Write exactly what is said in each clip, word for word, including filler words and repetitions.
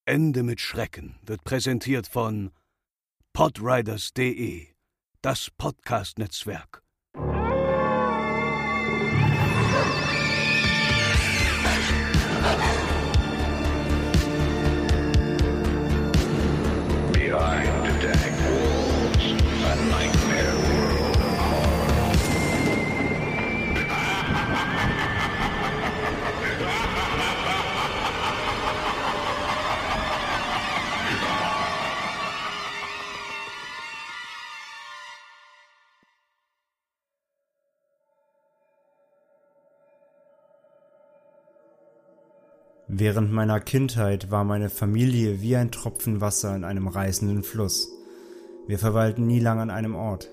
Ende mit Schrecken wird präsentiert von podriders punkt de, das Podcast-Netzwerk. Behind the dank walls, a nightmare world of horror. Während meiner Kindheit war meine Familie wie ein Tropfen Wasser in einem reißenden Fluss. Wir verweilten nie lang an einem Ort.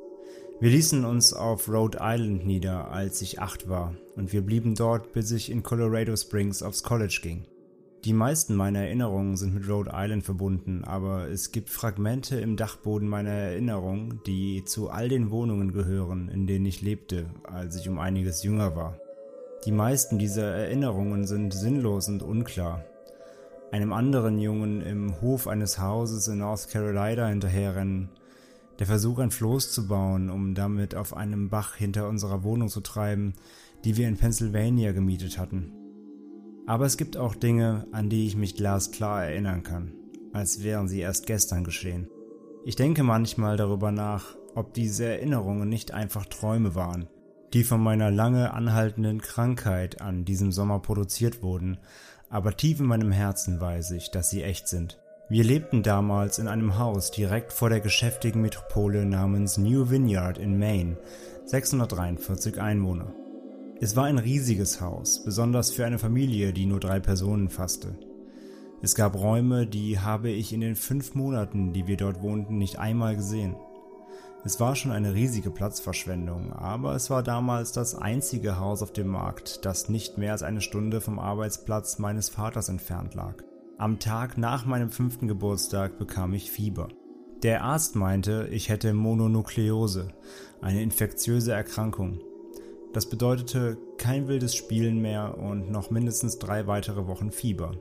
Wir ließen uns auf Rhode Island nieder, als ich acht war, und wir blieben dort, bis ich in Colorado Springs aufs College ging. Die meisten meiner Erinnerungen sind mit Rhode Island verbunden, aber es gibt Fragmente im Dachboden meiner Erinnerung, die zu all den Wohnungen gehören, in denen ich lebte, als ich um einiges jünger war. Die meisten dieser Erinnerungen sind sinnlos und unklar. Einem anderen Jungen im Hof eines Hauses in North Carolina hinterherrennen, der Versuch, ein Floß zu bauen, um damit auf einem Bach hinter unserer Wohnung zu treiben, die wir in Pennsylvania gemietet hatten. Aber es gibt auch Dinge, an die ich mich glasklar erinnern kann, als wären sie erst gestern geschehen. Ich denke manchmal darüber nach, ob diese Erinnerungen nicht einfach Träume waren, die von meiner lange anhaltenden Krankheit an diesem Sommer produziert wurden, aber tief in meinem Herzen weiß ich, dass sie echt sind. Wir lebten damals in einem Haus direkt vor der geschäftigen Metropole namens New Vineyard in Maine, sechshundertdreiundvierzig Einwohner. Es war ein riesiges Haus, besonders für eine Familie, die nur drei Personen fasste. Es gab Räume, die habe ich in den fünf Monaten, die wir dort wohnten, nicht einmal gesehen. Es war schon eine riesige Platzverschwendung, aber es war damals das einzige Haus auf dem Markt, das nicht mehr als eine Stunde vom Arbeitsplatz meines Vaters entfernt lag. Am Tag nach meinem fünften Geburtstag bekam ich Fieber. Der Arzt meinte, ich hätte Mononukleose, eine infektiöse Erkrankung. Das bedeutete kein wildes Spielen mehr und noch mindestens drei weitere Wochen Fieber.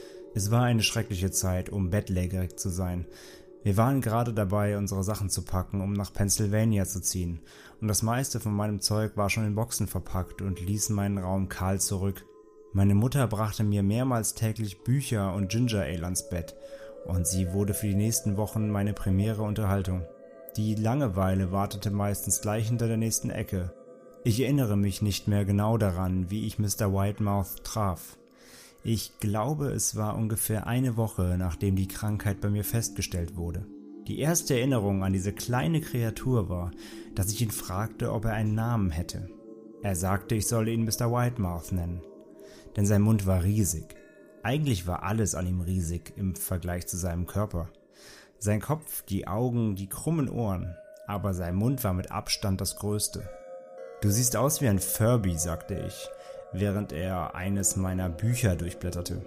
Es war eine schreckliche Zeit, um bettlägerig zu sein. Wir waren gerade dabei, unsere Sachen zu packen, um nach Pennsylvania zu ziehen, und das meiste von meinem Zeug war schon in Boxen verpackt und ließ meinen Raum kahl zurück. Meine Mutter brachte mir mehrmals täglich Bücher und Ginger Ale ans Bett, und sie wurde für die nächsten Wochen meine primäre Unterhaltung. Die Langeweile wartete meistens gleich hinter der nächsten Ecke. Ich erinnere mich nicht mehr genau daran, wie ich Mister Whitemouth traf. Ich glaube, es war ungefähr eine Woche, nachdem die Krankheit bei mir festgestellt wurde. Die erste Erinnerung an diese kleine Kreatur war, dass ich ihn fragte, ob er einen Namen hätte. Er sagte, ich solle ihn Mister Whitemouth nennen, denn sein Mund war riesig. Eigentlich war alles an ihm riesig im Vergleich zu seinem Körper. Sein Kopf, die Augen, die krummen Ohren, aber sein Mund war mit Abstand das Größte. »Du siehst aus wie ein Furby«, sagte ich, während er eines meiner Bücher durchblätterte.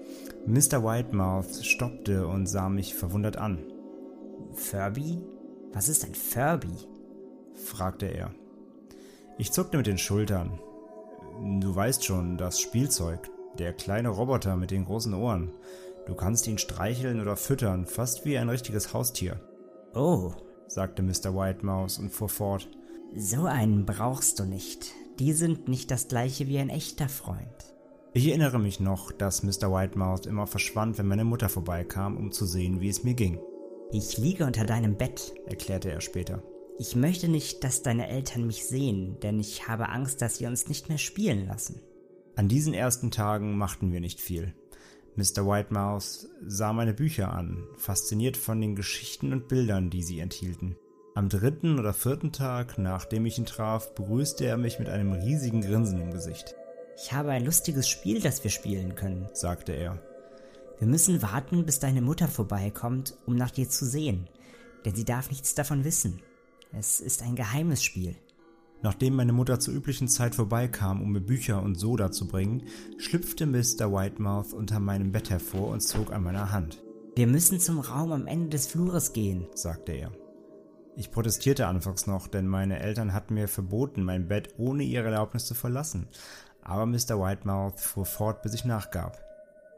Mister Whitemouth stoppte und sah mich verwundert an. »Furby? Was ist ein Furby?« fragte er. Ich zuckte mit den Schultern. »Du weißt schon, das Spielzeug, der kleine Roboter mit den großen Ohren. Du kannst ihn streicheln oder füttern, fast wie ein richtiges Haustier.« »Oh«, sagte Mister Whitemouth und fuhr fort. »So einen brauchst du nicht. Die sind nicht das gleiche wie ein echter Freund.« Ich erinnere mich noch, dass Mister Whitemouth immer verschwand, wenn meine Mutter vorbeikam, um zu sehen, wie es mir ging. »Ich liege unter deinem Bett«, erklärte er später. »Ich möchte nicht, dass deine Eltern mich sehen, denn ich habe Angst, dass sie uns nicht mehr spielen lassen.« An diesen ersten Tagen machten wir nicht viel. Mister Whitemouth sah meine Bücher an, fasziniert von den Geschichten und Bildern, die sie enthielten. Am dritten oder vierten Tag, nachdem ich ihn traf, begrüßte er mich mit einem riesigen Grinsen im Gesicht. »Ich habe ein lustiges Spiel, das wir spielen können«, sagte er. »Wir müssen warten, bis deine Mutter vorbeikommt, um nach dir zu sehen, denn sie darf nichts davon wissen. Es ist ein geheimes Spiel.« Nachdem meine Mutter zur üblichen Zeit vorbeikam, um mir Bücher und Soda zu bringen, schlüpfte Mister Whitemouth unter meinem Bett hervor und zog an meiner Hand. »Wir müssen zum Raum am Ende des Flures gehen«, sagte er. Ich protestierte anfangs noch, denn meine Eltern hatten mir verboten, mein Bett ohne ihre Erlaubnis zu verlassen, aber Mister Whitemouth fuhr fort, bis ich nachgab.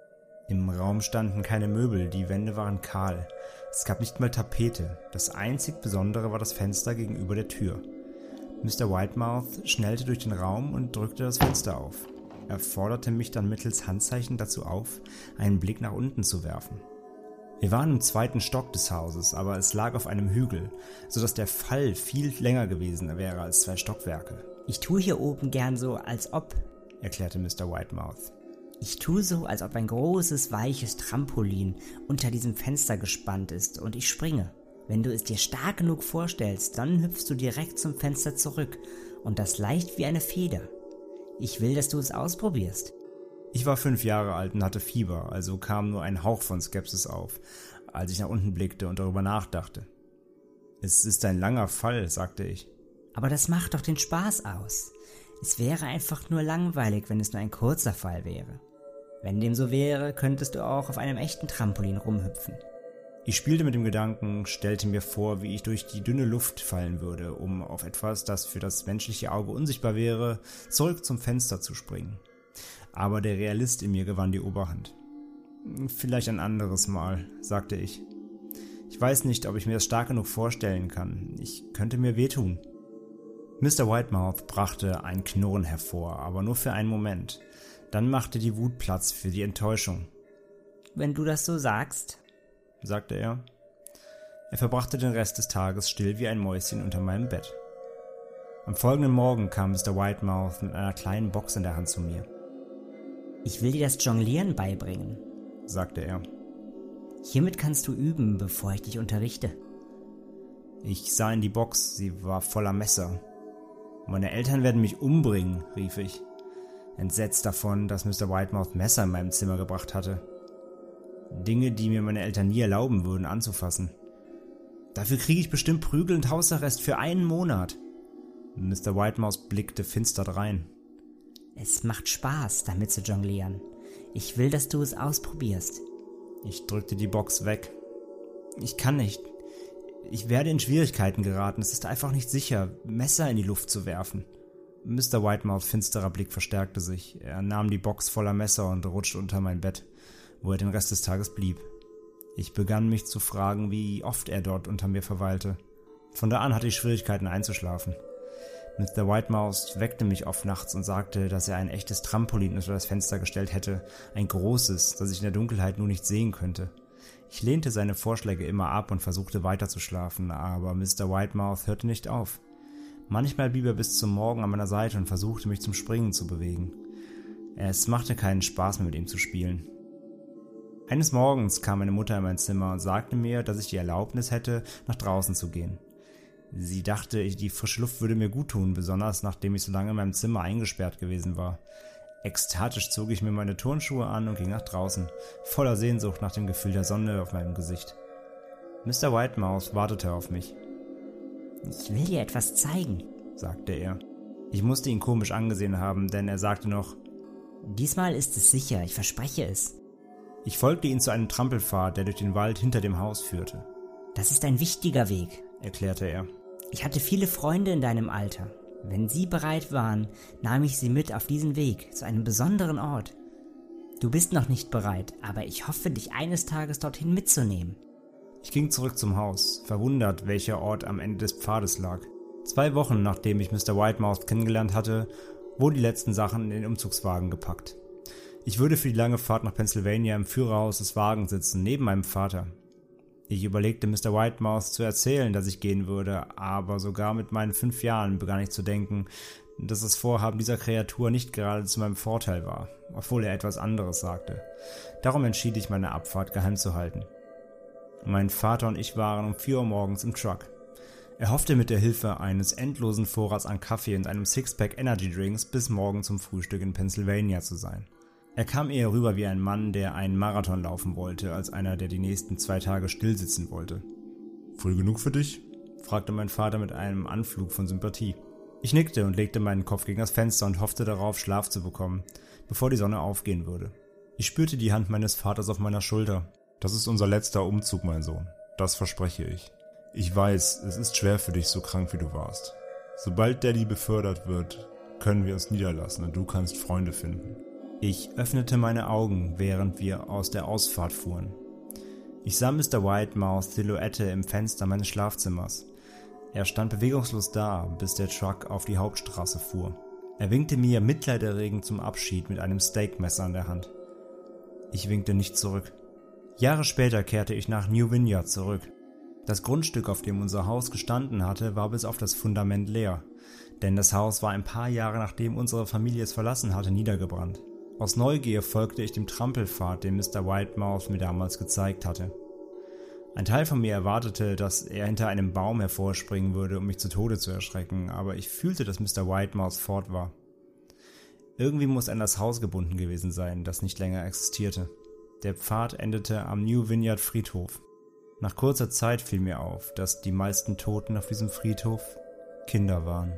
Im Raum standen keine Möbel, die Wände waren kahl. Es gab nicht mal Tapete. Das einzig Besondere war das Fenster gegenüber der Tür. Mister Whitemouth schnellte durch den Raum und drückte das Fenster auf. Er forderte mich dann mittels Handzeichen dazu auf, einen Blick nach unten zu werfen. Wir waren im zweiten Stock des Hauses, aber es lag auf einem Hügel, sodass der Fall viel länger gewesen wäre als zwei Stockwerke. Ich tue hier oben gern so, als ob, erklärte Mister Whitemouth. Ich tue so, als ob ein großes, weiches Trampolin unter diesem Fenster gespannt ist und ich springe. Wenn du es dir stark genug vorstellst, dann hüpfst du direkt zum Fenster zurück und das leicht wie eine Feder. Ich will, dass du es ausprobierst. Ich war fünf Jahre alt und hatte Fieber, also kam nur ein Hauch von Skepsis auf, als ich nach unten blickte und darüber nachdachte. Es ist ein langer Fall, sagte ich. Aber das macht doch den Spaß aus. Es wäre einfach nur langweilig, wenn es nur ein kurzer Fall wäre. Wenn dem so wäre, könntest du auch auf einem echten Trampolin rumhüpfen. Ich spielte mit dem Gedanken, stellte mir vor, wie ich durch die dünne Luft fallen würde, um auf etwas, das für das menschliche Auge unsichtbar wäre, zurück zum Fenster zu springen. Aber der Realist in mir gewann die Oberhand. Vielleicht ein anderes Mal, sagte ich. Ich weiß nicht, ob ich mir das stark genug vorstellen kann. Ich könnte mir wehtun. Mister Whitemouth brachte ein Knurren hervor, aber nur für einen Moment. Dann machte die Wut Platz für die Enttäuschung. Wenn du das so sagst, sagte er. Er verbrachte den Rest des Tages still wie ein Mäuschen unter meinem Bett. Am folgenden Morgen kam Mister Whitemouth mit einer kleinen Box in der Hand zu mir. Ich will dir das Jonglieren beibringen, sagte er. Hiermit kannst du üben, bevor ich dich unterrichte. Ich sah in die Box, sie war voller Messer. Meine Eltern werden mich umbringen, rief ich, entsetzt davon, dass Mister Whitemouth Messer in meinem Zimmer gebracht hatte. Dinge, die mir meine Eltern nie erlauben würden, anzufassen. Dafür kriege ich bestimmt Prügel und Hausarrest für einen Monat. Mister Whitemouth blickte finster drein. Es macht Spaß, damit zu jonglieren. Ich will, dass du es ausprobierst. Ich drückte die Box weg. Ich kann nicht. Ich werde in Schwierigkeiten geraten. Es ist einfach nicht sicher, Messer in die Luft zu werfen. Mister Whitemouths finsterer Blick verstärkte sich. Er nahm die Box voller Messer und rutschte unter mein Bett, wo er den Rest des Tages blieb. Ich begann mich zu fragen, wie oft er dort unter mir verweilte. Von da an hatte ich Schwierigkeiten einzuschlafen. Mister Whitemouth weckte mich oft nachts und sagte, dass er ein echtes Trampolin unter das Fenster gestellt hätte, ein großes, das ich in der Dunkelheit nur nicht sehen könnte. Ich lehnte seine Vorschläge immer ab und versuchte weiterzuschlafen, aber Mister Whitemouth hörte nicht auf. Manchmal blieb er bis zum Morgen an meiner Seite und versuchte mich zum Springen zu bewegen. Es machte keinen Spaß mehr, mit ihm zu spielen. Eines Morgens kam meine Mutter in mein Zimmer und sagte mir, dass ich die Erlaubnis hätte, nach draußen zu gehen. Sie dachte, die frische Luft würde mir gut tun, besonders nachdem ich so lange in meinem Zimmer eingesperrt gewesen war. Ekstatisch zog ich mir meine Turnschuhe an und ging nach draußen, voller Sehnsucht nach dem Gefühl der Sonne auf meinem Gesicht. Mister Whitemouth wartete auf mich. Ich will dir etwas zeigen, sagte er. Ich musste ihn komisch angesehen haben, denn er sagte noch, diesmal ist es sicher, ich verspreche es. Ich folgte ihm zu einem Trampelpfad, der durch den Wald hinter dem Haus führte. Das ist ein wichtiger Weg, erklärte er. Ich hatte viele Freunde in deinem Alter. Wenn sie bereit waren, nahm ich sie mit auf diesen Weg, zu einem besonderen Ort. Du bist noch nicht bereit, aber ich hoffe, dich eines Tages dorthin mitzunehmen. Ich ging zurück zum Haus, verwundert, welcher Ort am Ende des Pfades lag. Zwei Wochen nachdem ich Mister Whitemouth kennengelernt hatte, wurden die letzten Sachen in den Umzugswagen gepackt. Ich würde für die lange Fahrt nach Pennsylvania im Führerhaus des Wagens sitzen, neben meinem Vater. Ich überlegte, Mister Whitemouth zu erzählen, dass ich gehen würde, aber sogar mit meinen fünf Jahren begann ich zu denken, dass das Vorhaben dieser Kreatur nicht gerade zu meinem Vorteil war, obwohl er etwas anderes sagte. Darum entschied ich, meine Abfahrt geheim zu halten. Mein Vater und ich waren um vier Uhr morgens im Truck. Er hoffte mit der Hilfe eines endlosen Vorrats an Kaffee und einem Sixpack Energy Drinks bis morgen zum Frühstück in Pennsylvania zu sein. Er kam eher rüber wie ein Mann, der einen Marathon laufen wollte, als einer, der die nächsten zwei Tage stillsitzen wollte. »Früh genug für dich?« fragte mein Vater mit einem Anflug von Sympathie. Ich nickte und legte meinen Kopf gegen das Fenster und hoffte darauf, Schlaf zu bekommen, bevor die Sonne aufgehen würde. Ich spürte die Hand meines Vaters auf meiner Schulter. »Das ist unser letzter Umzug, mein Sohn. Das verspreche ich. Ich weiß, es ist schwer für dich, so krank wie du warst. Sobald Daddy befördert wird, können wir es niederlassen und du kannst Freunde finden. Ich öffnete meine Augen, während wir aus der Ausfahrt fuhren. Ich sah Mister Whitemouths Silhouette im Fenster meines Schlafzimmers. Er stand bewegungslos da, bis der Truck auf die Hauptstraße fuhr. Er winkte mir mitleiderregend zum Abschied mit einem Steakmesser in der Hand. Ich winkte nicht zurück. Jahre später kehrte ich nach New Vineyard zurück. Das Grundstück, auf dem unser Haus gestanden hatte, war bis auf das Fundament leer, denn das Haus war ein paar Jahre nachdem unsere Familie es verlassen hatte, niedergebrannt. Aus Neugier folgte ich dem Trampelpfad, den Mister Whitemouth mir damals gezeigt hatte. Ein Teil von mir erwartete, dass er hinter einem Baum hervorspringen würde, um mich zu Tode zu erschrecken, aber ich fühlte, dass Mister Whitemouth fort war. Irgendwie muss er an das Haus gebunden gewesen sein, das nicht länger existierte. Der Pfad endete am New Vineyard Friedhof. Nach kurzer Zeit fiel mir auf, dass die meisten Toten auf diesem Friedhof Kinder waren.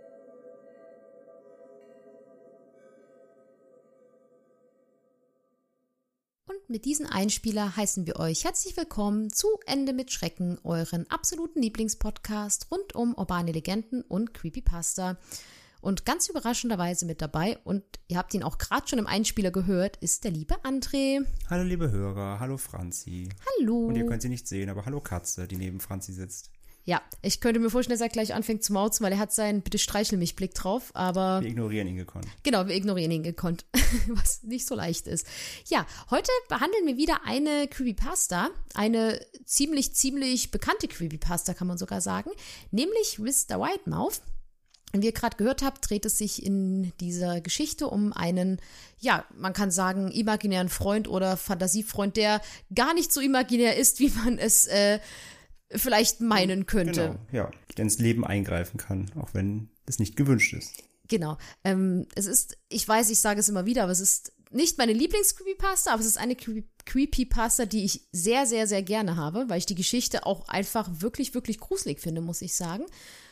Und mit diesem Einspieler heißen wir euch herzlich willkommen zu Ende mit Schrecken, euren absoluten Lieblingspodcast rund um urbane Legenden und Creepypasta. Und ganz überraschenderweise mit dabei, und ihr habt ihn auch gerade schon im Einspieler gehört, ist der liebe André. Hallo liebe Hörer, hallo Franzi. Hallo. Und ihr könnt sie nicht sehen, aber hallo Katze, die neben Franzi sitzt. Ja, ich könnte mir vorstellen, dass er gleich anfängt zu mauzen, weil er hat seinen Bitte-streichel-mich-Blick drauf, aber... Wir ignorieren ihn gekonnt. Genau, wir ignorieren ihn gekonnt, was nicht so leicht ist. Ja, heute behandeln wir wieder eine Creepypasta, eine ziemlich, ziemlich bekannte Creepypasta, kann man sogar sagen, nämlich Mister Whitemouth. Wie ihr gerade gehört habt, dreht es sich in dieser Geschichte um einen, ja, man kann sagen, imaginären Freund oder Fantasiefreund, der gar nicht so imaginär ist, wie man es äh, vielleicht meinen könnte. Genau, ja, der ins Leben eingreifen kann, auch wenn es nicht gewünscht ist. Genau. Ähm, es ist, ich weiß, ich sage es immer wieder, aber es ist nicht meine Lieblings-Creepypasta, aber es ist eine Creepypasta, die ich sehr, sehr, sehr gerne habe, weil ich die Geschichte auch einfach wirklich, wirklich gruselig finde, muss ich sagen.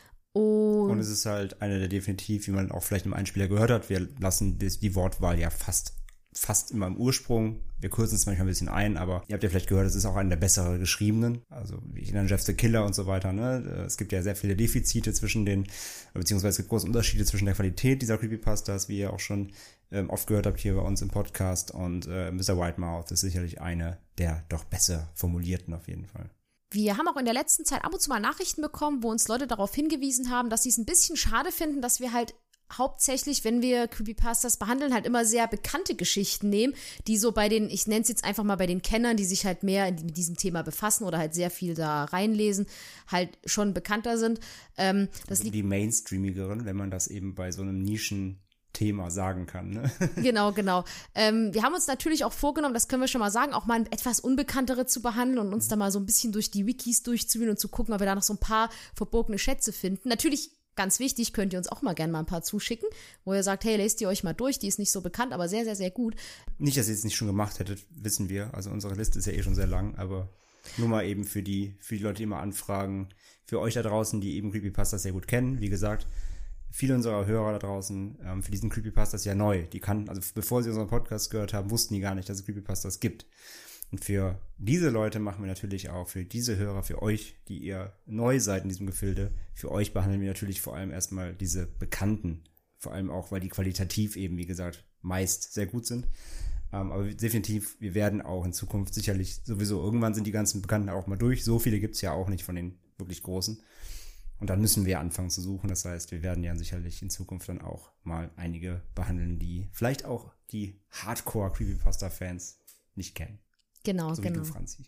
Und, Und es ist halt eine der definitiv, wie man auch vielleicht im Einspieler gehört hat, wir lassen die, die Wortwahl ja fast fast immer im Ursprung. Wir kürzen es manchmal ein bisschen ein, aber ihr habt ja vielleicht gehört, es ist auch einer der bessere geschriebenen. Also wie ich nenne Jeff the Killer und so weiter. Ne? Es gibt ja sehr viele Defizite zwischen den, beziehungsweise es gibt große Unterschiede zwischen der Qualität dieser Creepypastas, wie ihr auch schon ähm, oft gehört habt hier bei uns im Podcast. Und äh, Mister Whitemouth ist sicherlich eine der doch besser formulierten auf jeden Fall. Wir haben auch in der letzten Zeit ab und zu mal Nachrichten bekommen, wo uns Leute darauf hingewiesen haben, dass sie es ein bisschen schade finden, dass wir halt hauptsächlich, wenn wir Creepypastas behandeln, halt immer sehr bekannte Geschichten nehmen, die so bei den, ich nenne es jetzt einfach mal bei den Kennern, die sich halt mehr mit diesem Thema befassen oder halt sehr viel da reinlesen, halt schon bekannter sind. Ähm, das also die Mainstreamigeren, wenn man das eben bei so einem Nischen Thema sagen kann, ne? Genau, genau. Ähm, wir haben uns natürlich auch vorgenommen, das können wir schon mal sagen, auch mal etwas Unbekanntere zu behandeln und uns mhm. da mal so ein bisschen durch die Wikis durchzuwühlen und zu gucken, ob wir da noch so ein paar verborgene Schätze finden. Natürlich, ganz wichtig, könnt ihr uns auch mal gerne mal ein paar zuschicken, wo ihr sagt, hey, lest ihr euch mal durch, die ist nicht so bekannt, aber sehr, sehr, sehr gut. Nicht, dass ihr es nicht schon gemacht hättet, wissen wir. Also unsere Liste ist ja eh schon sehr lang, aber nur mal eben für die, für die Leute, die immer anfragen, für euch da draußen, die eben Creepypastas sehr gut kennen, wie gesagt, viele unserer Hörer da draußen, ähm, für diesen Creepypastas ja neu. Die kannten, also bevor sie unseren Podcast gehört haben, wussten die gar nicht, dass es Creepypastas gibt. Und für diese Leute machen wir natürlich auch, für diese Hörer, für euch, die ihr neu seid in diesem Gefilde, für euch behandeln wir natürlich vor allem erstmal diese Bekannten. Vor allem auch, weil die qualitativ eben, wie gesagt, meist sehr gut sind. Ähm, aber definitiv, wir werden auch in Zukunft sicherlich sowieso, irgendwann sind die ganzen Bekannten auch mal durch. So viele gibt's ja auch nicht von den wirklich Großen. Und dann müssen wir anfangen zu suchen. Das heißt, wir werden ja sicherlich in Zukunft dann auch mal einige behandeln, die vielleicht auch die Hardcore-Creepypasta-Fans nicht kennen. Genau, so genau. Wie du, Franzi.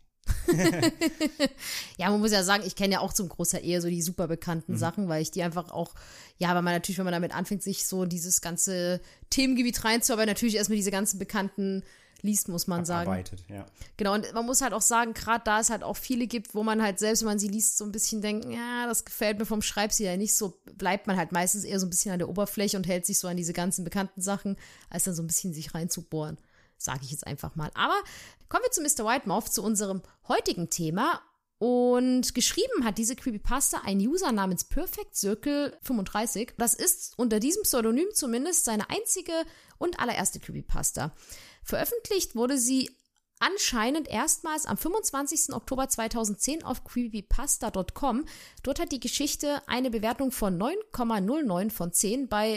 Ja, man muss ja sagen, ich kenne ja auch zum Großteil eher so die super bekannten mhm. Sachen, weil ich die einfach auch, ja, weil man natürlich, wenn man damit anfängt, sich so dieses ganze Themengebiet reinzuarbeiten, natürlich erstmal diese ganzen bekannten liest, muss man sagen. Arbeitet, ja. Genau, und man muss halt auch sagen, gerade da es halt auch viele gibt, wo man halt selbst, wenn man sie liest, so ein bisschen denkt, ja, das gefällt mir vom Schreibstil ja nicht so, bleibt man halt meistens eher so ein bisschen an der Oberfläche und hält sich so an diese ganzen bekannten Sachen, als dann so ein bisschen sich reinzubohren, sage ich jetzt einfach mal. Aber kommen wir zu Mister Whitemouth, zu unserem heutigen Thema. Und geschrieben hat diese Creepypasta ein User namens Perfect Circle fünfunddreißig. Das ist unter diesem Pseudonym zumindest seine einzige und allererste Creepypasta. Veröffentlicht wurde sie anscheinend erstmals am fünfundzwanzigsten Oktober zweitausendzehn auf creepypasta Punkt com. Dort hat die Geschichte eine Bewertung von neun Komma null neun von zehn bei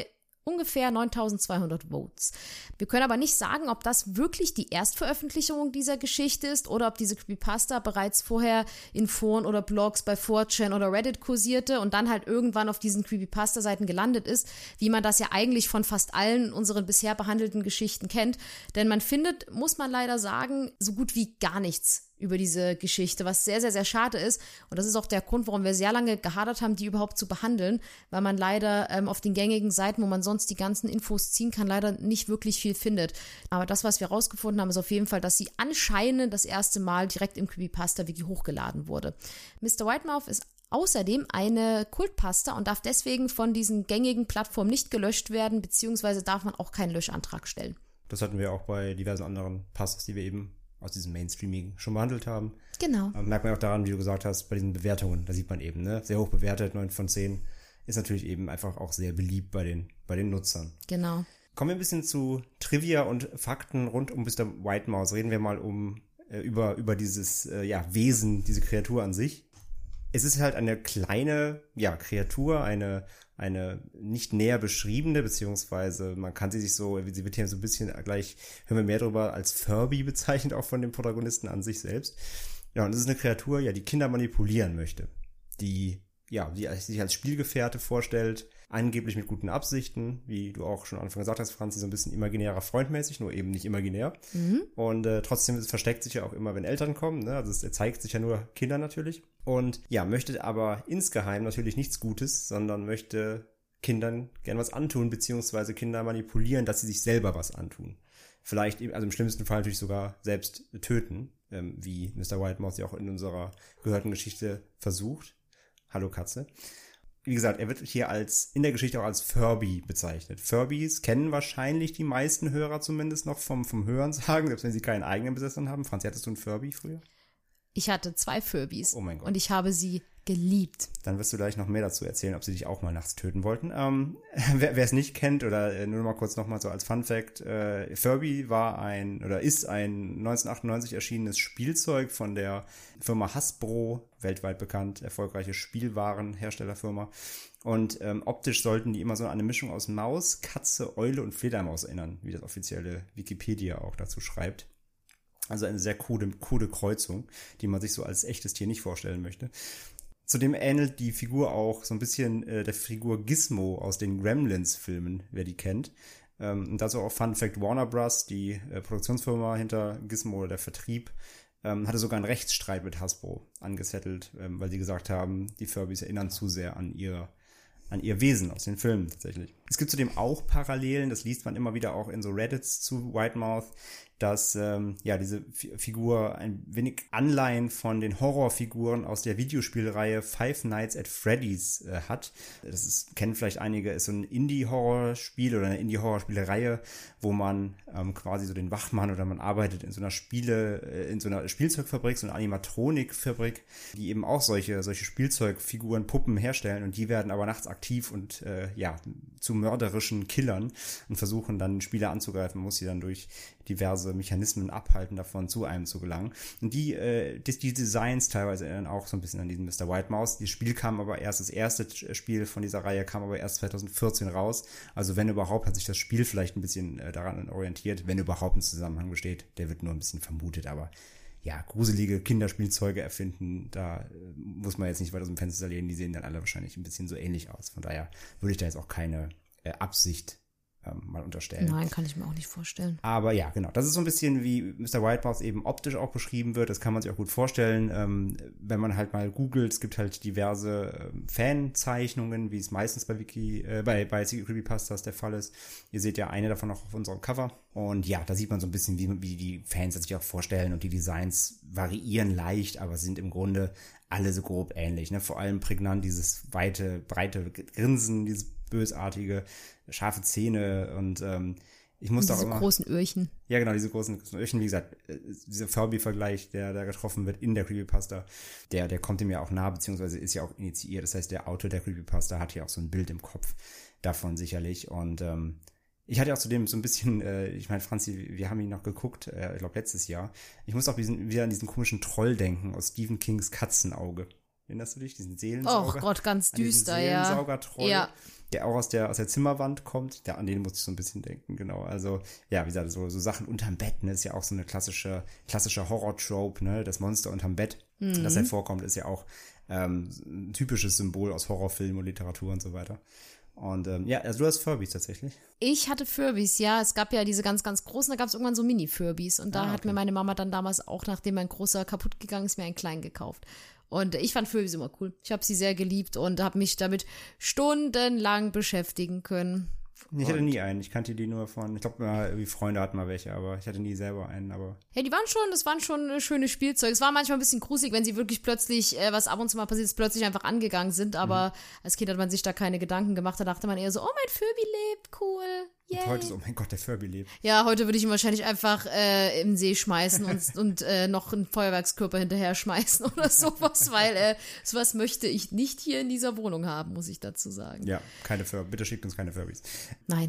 ungefähr neuntausendzweihundert Votes. Wir können aber nicht sagen, ob das wirklich die Erstveröffentlichung dieser Geschichte ist oder ob diese Creepypasta bereits vorher in Foren oder Blogs bei four chan oder Reddit kursierte und dann halt irgendwann auf diesen Creepypasta-Seiten gelandet ist, wie man das ja eigentlich von fast allen unseren bisher behandelten Geschichten kennt. Denn man findet, muss man leider sagen, so gut wie gar nichts über diese Geschichte, was sehr, sehr, sehr schade ist. Und das ist auch der Grund, warum wir sehr lange gehadert haben, die überhaupt zu behandeln, weil man leider ähm, auf den gängigen Seiten, wo man sonst die ganzen Infos ziehen kann, leider nicht wirklich viel findet. Aber das, was wir rausgefunden haben, ist auf jeden Fall, dass sie anscheinend das erste Mal direkt im Creepypasta-Wiki hochgeladen wurde. Mister Whitemouth ist außerdem eine Kultpasta und darf deswegen von diesen gängigen Plattformen nicht gelöscht werden, beziehungsweise darf man auch keinen Löschantrag stellen. Das hatten wir auch bei diversen anderen Pastas, die wir eben aus diesem Mainstreaming schon behandelt haben. Genau. Aber merkt man auch daran, wie du gesagt hast, bei diesen Bewertungen, da sieht man eben, ne, sehr hoch bewertet, neun von zehn, ist natürlich eben einfach auch sehr beliebt bei den, bei den Nutzern. Genau. Kommen wir ein bisschen zu Trivia und Fakten rund um Mister Whitemouth. Reden wir mal um, äh, über, über dieses, äh, ja, Wesen, diese Kreatur an sich. Es ist halt eine kleine, ja, Kreatur, eine, eine nicht näher beschriebene, beziehungsweise man kann sie sich so, sie wird hier so ein bisschen gleich, hören wir mehr drüber, als Furby bezeichnet, auch von dem Protagonisten an sich selbst. Ja, und es ist eine Kreatur, ja, die Kinder manipulieren möchte. Die, ja, die sich als Spielgefährte vorstellt, angeblich mit guten Absichten, wie du auch schon am Anfang gesagt hast, Franzi, so ein bisschen imaginärer freundmäßig, nur eben nicht imaginär. Mhm. Und äh, trotzdem es versteckt sich ja auch immer, wenn Eltern kommen, ne? Also es zeigt sich ja nur Kindern natürlich. Und ja, möchte aber insgeheim natürlich nichts Gutes, sondern möchte Kindern gern was antun, beziehungsweise Kinder manipulieren, dass sie sich selber was antun. Vielleicht, also im schlimmsten Fall natürlich sogar selbst töten, ähm, wie Mister Whitemouth ja auch in unserer gehörten Geschichte versucht. Hallo Katze. Wie gesagt, er wird hier als in der Geschichte auch als Furby bezeichnet. Furbys kennen wahrscheinlich die meisten Hörer zumindest noch vom, vom Hörensagen, selbst wenn sie keinen eigenen Besitzer haben. Franzi, hattest du einen Furby früher? Ich hatte zwei Furbys. Oh mein Gott. Und ich habe sie geliebt. Dann wirst du gleich noch mehr dazu erzählen, ob sie dich auch mal nachts töten wollten. Ähm, wer es nicht kennt, oder äh, nur mal kurz nochmal so als Fun Fact, äh, Furby war ein, oder ist ein neunzehnhundertachtundneunzig erschienenes Spielzeug von der Firma Hasbro, weltweit bekannt, erfolgreiche Spielwarenherstellerfirma. Und ähm, optisch sollten die immer so an eine Mischung aus Maus, Katze, Eule und Fledermaus erinnern, wie das offizielle Wikipedia auch dazu schreibt. Also eine sehr coole, coole Kreuzung, die man sich so als echtes Tier nicht vorstellen möchte. Zudem ähnelt die Figur auch so ein bisschen äh, der Figur Gizmo aus den Gremlins-Filmen, wer die kennt. Ähm, und dazu auch Fun Fact: Warner Bros., die äh, Produktionsfirma hinter Gizmo oder der Vertrieb, ähm, hatte sogar einen Rechtsstreit mit Hasbro angesettelt, ähm, weil sie gesagt haben, die Furbys erinnern zu sehr an ihr, an ihr Wesen aus den Filmen tatsächlich. Es gibt zudem auch Parallelen, das liest man immer wieder auch in so Reddits zu Whitemouth, dass ähm, ja diese F- Figur ein wenig Anleihen von den Horrorfiguren aus der Videospielreihe Five Nights at Freddy's äh, hat. Das ist, kennen vielleicht einige, ist so ein Indie-Horrorspiel oder eine Indie-Horrorspielereihe, wo man ähm, quasi so den Wachmann oder man arbeitet in so einer Spiele, äh, in so einer Spielzeugfabrik, so einer Animatronikfabrik, die eben auch solche solche Spielzeugfiguren, Puppen herstellen und die werden aber nachts aktiv und äh, ja zu mörderischen Killern und versuchen dann Spieler anzugreifen, muss sie dann durch diverse Mechanismen abhalten, davon zu einem zu gelangen. Und die, äh, die, die Designs teilweise erinnern auch so ein bisschen an diesen Mister Whitemouth. Das Spiel kam aber erst, das erste Spiel von dieser Reihe kam aber erst zweitausendvierzehn raus. Also wenn überhaupt, hat sich das Spiel vielleicht ein bisschen äh, daran orientiert, wenn überhaupt ein Zusammenhang besteht. Der wird nur ein bisschen vermutet, aber ja, gruselige Kinderspielzeuge erfinden, da äh, muss man jetzt nicht weiter aus dem Fenster lehnen, die sehen dann alle wahrscheinlich ein bisschen so ähnlich aus. Von daher würde ich da jetzt auch keine äh, Absicht ähm, mal unterstellen. Nein, kann ich mir auch nicht vorstellen. Aber ja, genau, das ist so ein bisschen wie Mister Whitemouth eben optisch auch beschrieben wird, das kann man sich auch gut vorstellen, ähm, wenn man halt mal googelt, es gibt halt diverse ähm, Fanzeichnungen, wie es meistens bei Wiki, äh, bei, bei Secret Creepypastas der Fall ist. Ihr seht ja eine davon auch auf unserem Cover. Und ja, da sieht man so ein bisschen, wie, wie die Fans das sich auch vorstellen und die Designs variieren leicht, aber sind im Grunde alle so grob ähnlich. Ne? Vor allem prägnant dieses weite, breite Grinsen, dieses bösartige, scharfe Zähne und ähm, ich musste auch immer... Diese großen Öhrchen. Ja, genau, diese großen Öhrchen, wie gesagt, dieser Furby-Vergleich, der da getroffen wird in der Creepypasta, der, der kommt ihm ja auch nah, beziehungsweise ist ja auch initiiert. Das heißt, der Autor der Creepypasta hat ja auch so ein Bild im Kopf davon sicherlich und ähm, ich hatte auch zudem so ein bisschen, äh, ich meine, Franzi, wir haben ihn noch geguckt, äh, ich glaube letztes Jahr. Ich muss auch diesen, wieder an diesen komischen Troll denken aus Stephen Kings Katzenauge. Erinnerst du dich? Diesen Seelensauger. Oh Gott, ganz düster, ja. Seelensauger-Troll, ja. der auch aus der, aus der Zimmerwand kommt. Der, an den muss ich so ein bisschen denken, genau. Also, ja, wie gesagt, so, so Sachen unterm Bett, ne, ist ja auch so eine klassische, klassische Horror-Trope, ne, das Monster unterm Bett, mhm. das halt vorkommt, ist ja auch ähm, ein typisches Symbol aus Horrorfilmen und Literatur und so weiter. Und ähm, ja, also du hast Furbies tatsächlich. Ich hatte Furbies, ja. Es gab ja diese ganz, ganz großen, da gab es irgendwann so Mini-Furbies. Und da ah, okay. hat mir meine Mama dann damals auch, nachdem mein großer kaputt gegangen ist, mir einen kleinen gekauft. Und ich fand Furbies immer cool. Ich habe sie sehr geliebt und habe mich damit stundenlang beschäftigen können. Ich hatte nie einen. Ich kannte die nur von, ich glaube, irgendwie Freunde hatten mal welche, aber ich hatte nie selber einen. Aber ja, die waren schon, das waren schon schöne Spielzeuge. Es war manchmal ein bisschen gruselig, wenn sie wirklich plötzlich, äh, was ab und zu mal passiert ist, plötzlich einfach angegangen sind. Aber mhm. als Kind hat man sich da keine Gedanken gemacht. Da dachte man eher so, oh, mein Furby lebt, cool. Yay. Und heute so, oh mein Gott, der Furby lebt. Ja, heute würde ich ihn wahrscheinlich einfach äh, im See schmeißen und, und äh, noch einen Feuerwerkskörper hinterher schmeißen oder sowas, weil äh, sowas möchte ich nicht hier in dieser Wohnung haben, muss ich dazu sagen. Ja, keine Furbies. Bitte schickt uns keine Furbies. Nein.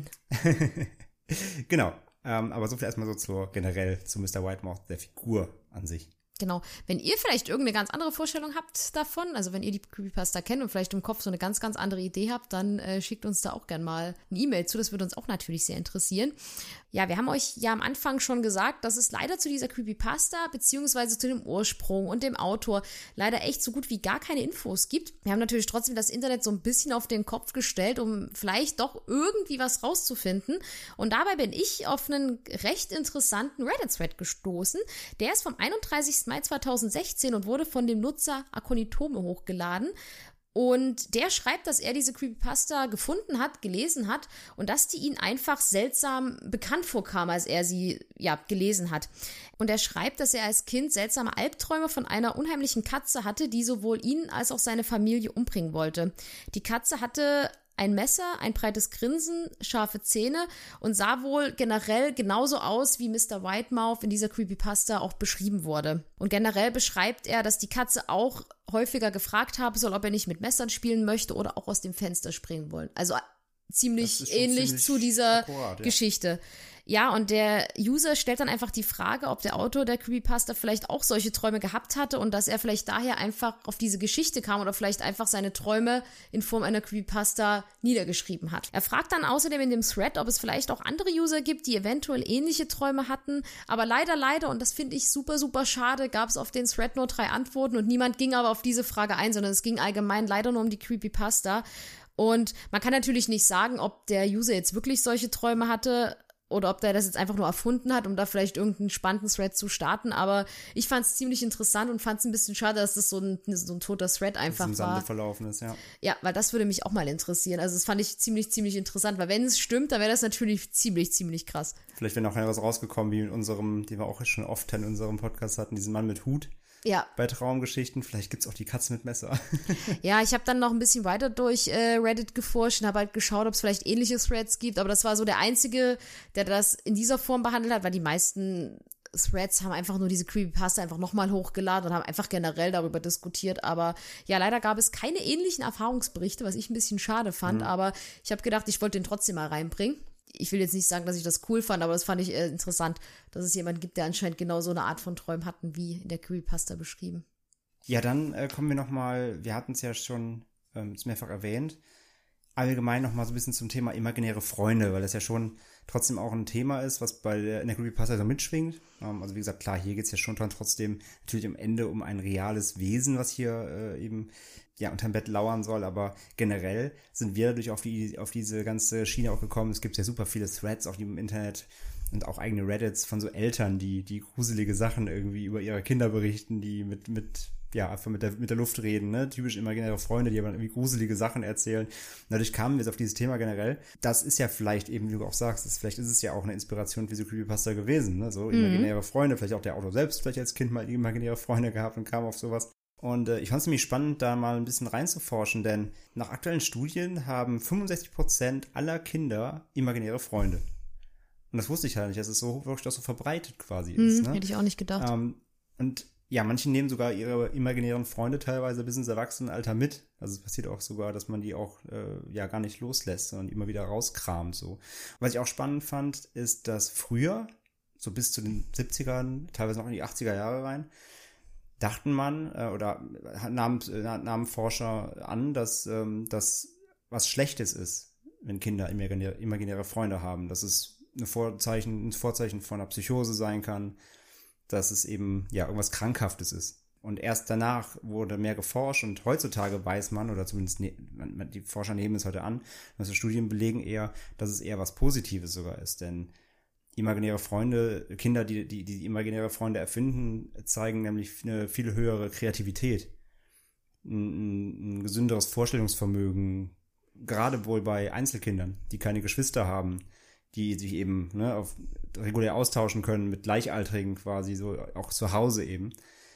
Genau. Ähm, aber so viel erstmal so zur, generell zu Mister Whitemouth, der Figur an sich. Genau. Wenn ihr vielleicht irgendeine ganz andere Vorstellung habt davon, also wenn ihr die Creepypasta kennt und vielleicht im Kopf so eine ganz, ganz andere Idee habt, dann äh, schickt uns da auch gern mal eine E-Mail zu. Das würde uns auch natürlich sehr interessieren. Ja, wir haben euch ja am Anfang schon gesagt, dass es leider zu dieser Creepypasta beziehungsweise zu dem Ursprung und dem Autor leider echt so gut wie gar keine Infos gibt. Wir haben natürlich trotzdem das Internet so ein bisschen auf den Kopf gestellt, um vielleicht doch irgendwie was rauszufinden. Und dabei bin ich auf einen recht interessanten Reddit-Thread gestoßen. Der ist vom einunddreißigsten Mai zweitausendsechzehn und wurde von dem Nutzer Akonitome hochgeladen. Und der schreibt, dass er diese Creepypasta gefunden hat, gelesen hat und dass die ihn einfach seltsam bekannt vorkam, als er sie, ja, gelesen hat. Und er schreibt, dass er als Kind seltsame Albträume von einer unheimlichen Katze hatte, die sowohl ihn als auch seine Familie umbringen wollte. Die Katze hatte ein Messer, ein breites Grinsen, scharfe Zähne und sah wohl generell genauso aus, wie Mister Whitemouth in dieser Creepypasta auch beschrieben wurde. Und generell beschreibt er, dass die Katze auch häufiger gefragt haben soll, ob er nicht mit Messern spielen möchte oder auch aus dem Fenster springen wollen. Also ziemlich ähnlich ziemlich zu dieser akkurat, ja. Geschichte. Ja, und der User stellt dann einfach die Frage, ob der Autor der Creepypasta vielleicht auch solche Träume gehabt hatte und dass er vielleicht daher einfach auf diese Geschichte kam oder vielleicht einfach seine Träume in Form einer Creepypasta niedergeschrieben hat. Er fragt dann außerdem in dem Thread, ob es vielleicht auch andere User gibt, die eventuell ähnliche Träume hatten, aber leider, leider, und das finde ich super, super schade, gab es auf den Thread nur drei Antworten und niemand ging aber auf diese Frage ein, sondern es ging allgemein leider nur um die Creepypasta. Und man kann natürlich nicht sagen, ob der User jetzt wirklich solche Träume hatte oder ob der das jetzt einfach nur erfunden hat, um da vielleicht irgendeinen spannenden Thread zu starten. Aber ich fand es ziemlich interessant und fand es ein bisschen schade, dass das so ein, so ein toter Thread einfach im war. Sande verlaufen ist, ja. Ja, weil das würde mich auch mal interessieren. Also das fand ich ziemlich, ziemlich interessant, weil wenn es stimmt, dann wäre das natürlich ziemlich, ziemlich krass. Vielleicht wäre noch was rausgekommen, wie in unserem, den wir auch schon oft in unserem Podcast hatten, diesen Mann mit Hut. Ja. Bei Traumgeschichten. Vielleicht gibt es auch die Katze mit Messer. Ja, ich habe dann noch ein bisschen weiter durch äh, Reddit geforscht und habe halt geschaut, ob es vielleicht ähnliche Threads gibt. Aber das war so der einzige, der das in dieser Form behandelt hat, weil die meisten Threads haben einfach nur diese Creepypasta einfach nochmal hochgeladen und haben einfach generell darüber diskutiert. Aber ja, leider gab es keine ähnlichen Erfahrungsberichte, was ich ein bisschen schade fand. Mhm. Aber ich habe gedacht, ich wollte den trotzdem mal reinbringen. Ich will jetzt nicht sagen, dass ich das cool fand, aber das fand ich äh, interessant, dass es jemanden gibt, der anscheinend genau so eine Art von Träumen hatten, wie in der Creepypasta beschrieben. Ja, dann äh, kommen wir nochmal, wir hatten es ja schon ähm, mehrfach erwähnt, allgemein nochmal so ein bisschen zum Thema imaginäre Freunde, weil das ja schon trotzdem auch ein Thema ist, was bei der, in der Creepypasta so mitschwingt. Ähm, also wie gesagt, klar, hier geht es ja schon dran trotzdem natürlich am Ende um ein reales Wesen, was hier äh, eben ja unterm Bett lauern soll, aber generell sind wir dadurch auf die auf diese ganze Schiene auch gekommen. Es gibt ja super viele Threads auf dem Internet und auch eigene Reddits von so Eltern, die die gruselige Sachen irgendwie über ihre Kinder berichten, die mit mit ja einfach mit der mit der Luft reden, ne, typisch imaginäre Freunde, die aber irgendwie gruselige Sachen erzählen. Und dadurch kamen wir jetzt auf dieses Thema generell. Das ist ja vielleicht eben, wie du auch sagst, das, vielleicht ist es ja auch eine Inspiration für so Creepypasta gewesen, ne, so imaginäre mhm. Freunde, vielleicht auch der Autor selbst, vielleicht als Kind mal imaginäre Freunde gehabt und kam auf sowas. Und äh, ich fand es nämlich spannend, da mal ein bisschen reinzuforschen, denn nach aktuellen Studien haben fünfundsechzig Prozent aller Kinder imaginäre Freunde. Und das wusste ich halt nicht, dass es so wirklich auch so verbreitet quasi hm, ist. Ne? Hätte ich auch nicht gedacht. Ähm, und ja, manche nehmen sogar ihre imaginären Freunde teilweise bis ins Erwachsenenalter mit. Also es passiert auch sogar, dass man die auch äh, ja gar nicht loslässt, sondern immer wieder rauskramt. So. Was ich auch spannend fand, ist, dass früher, so bis zu den siebzigern, teilweise noch in die achtziger Jahre rein, dachten man äh, oder nahmen, äh, nahmen Forscher an, dass ähm, das was Schlechtes ist, wenn Kinder imaginäre, imaginäre Freunde haben. Dass es eine Vorzeichen, ein Vorzeichen von einer Psychose sein kann, dass es eben ja irgendwas Krankhaftes ist. Und erst danach wurde mehr geforscht und heutzutage weiß man, oder zumindest ne, man, die Forscher nehmen es heute an, dass Studien belegen eher, dass es eher was Positives sogar ist. Denn imaginäre Freunde, Kinder, die, die, die imaginäre Freunde erfinden, zeigen nämlich eine viel höhere Kreativität, ein, ein gesünderes Vorstellungsvermögen, gerade wohl bei Einzelkindern, die keine Geschwister haben, die sich eben ne, auf, regulär austauschen können mit Gleichaltrigen quasi, so auch zu Hause eben.